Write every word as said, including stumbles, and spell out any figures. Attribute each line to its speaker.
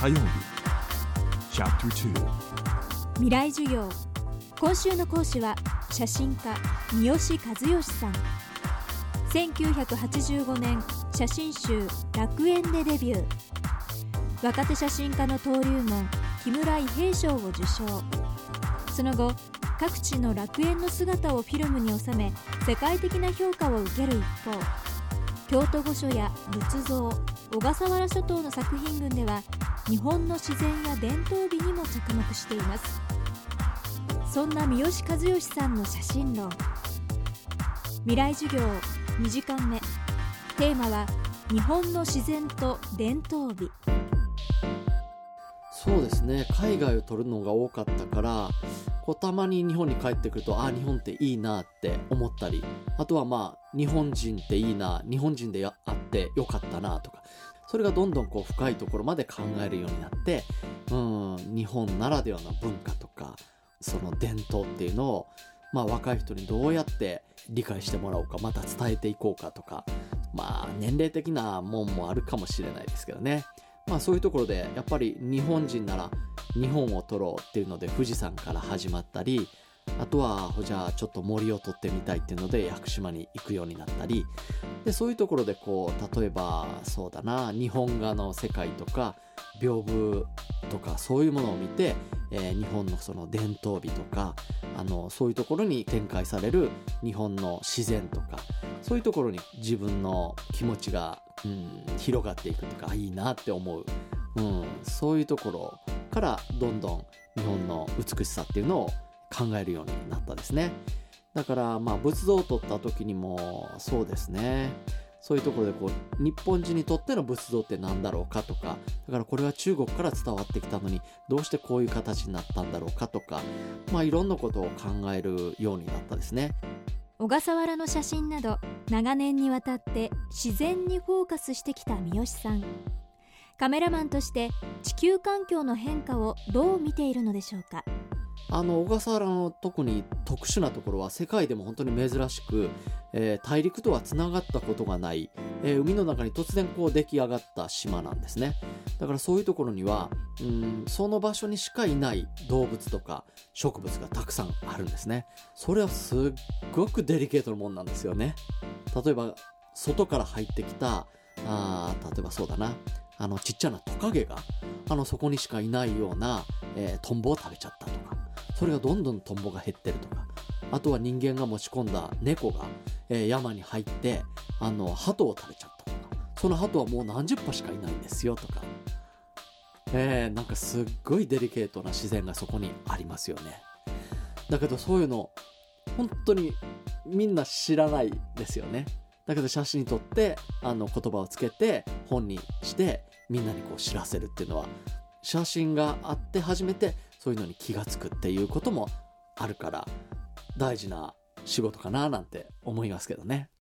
Speaker 1: 火曜日チャプターツー
Speaker 2: 未来授業。今週の講師は写真家三好和義さん。せんきゅうひゃくはちじゅうごねん写真集楽園でデビュー。若手写真家の登竜門木村伊兵衛賞を受賞。その後各地の楽園の姿をフィルムに収め世界的な評価を受ける一方、京都御所や仏像、小笠原諸島の作品群では日本の自然や伝統美にも着目しています。そんな三好和義さんの写真論。未来授業にじかんめ、テーマは日本の自然と伝統美。
Speaker 3: そうですね、海外を撮るのが多かったからこうたまに日本に帰ってくると、あ、日本っていいなって思ったり、あとはまあ日本人っていいな、日本人であってよかったなとか、それがどんどんこう深いところまで考えるようになって、うん、日本ならではの文化とかその伝統っていうのを、まあ、若い人にどうやって理解してもらおうか、また伝えていこうかとか、まあ年齢的なもんもあるかもしれないですけどね。まあそういうところでやっぱり日本人なら日本を撮ろうっていうので富士山から始まったり、あとはじゃあちょっと森を撮ってみたいっていうので屋久島に行くようになったりで、そういうところでこう例えばそうだな、日本画の世界とか屏風とかそういうものを見て、えー、日本のその伝統美とかあのそういうところに展開される日本の自然とか、そういうところに自分の気持ちが、うん、広がっていくとか、いいなって思う、うん、そういうところからどんどん日本の美しさっていうのを考えるようになったですね。だからまあ仏像を撮った時にもそうですね、そういうところでこう日本人にとっての仏像って何だろうかとか、だからこれは中国から伝わってきたのにどうしてこういう形になったんだろうかとか、まあいろんなことを考えるようになったですね。
Speaker 2: 小笠原の写真など長年にわたって自然にフォーカスしてきた三好さん。カメラマンとして地球環境の変化をどう見ているのでしょうか。
Speaker 3: あの小笠原の特に特殊なところは世界でも本当に珍しく、えー、大陸とはつながったことがない、えー、海の中に突然こう出来上がった島なんですね。だからそういうところにはうん、その場所にしかいない動物とか植物がたくさんあるんですね。それはすっごくデリケートなもんなんですよね。例えば外から入ってきたあ例えばそうだな、あのちっちゃなトカゲがあのそこにしかいないような、えー、トンボを食べちゃったとか、それがどんどんトンボが減ってるとか、あとは人間が持ち込んだ猫が、えー、山に入ってあの鳩を食べちゃったとか、その鳩はもう何十羽しかいないんですよとか、えー、なんかすっごいデリケートな自然がそこにありますよね。だけどそういうの本当にみんな知らないですよね。だけど写真に撮ってあの言葉をつけて本にしてみんなにこう知らせるっていうのは、写真があって初めてそういうのに気がつくっていうこともあるから大事な仕事かななんて思いますけどね。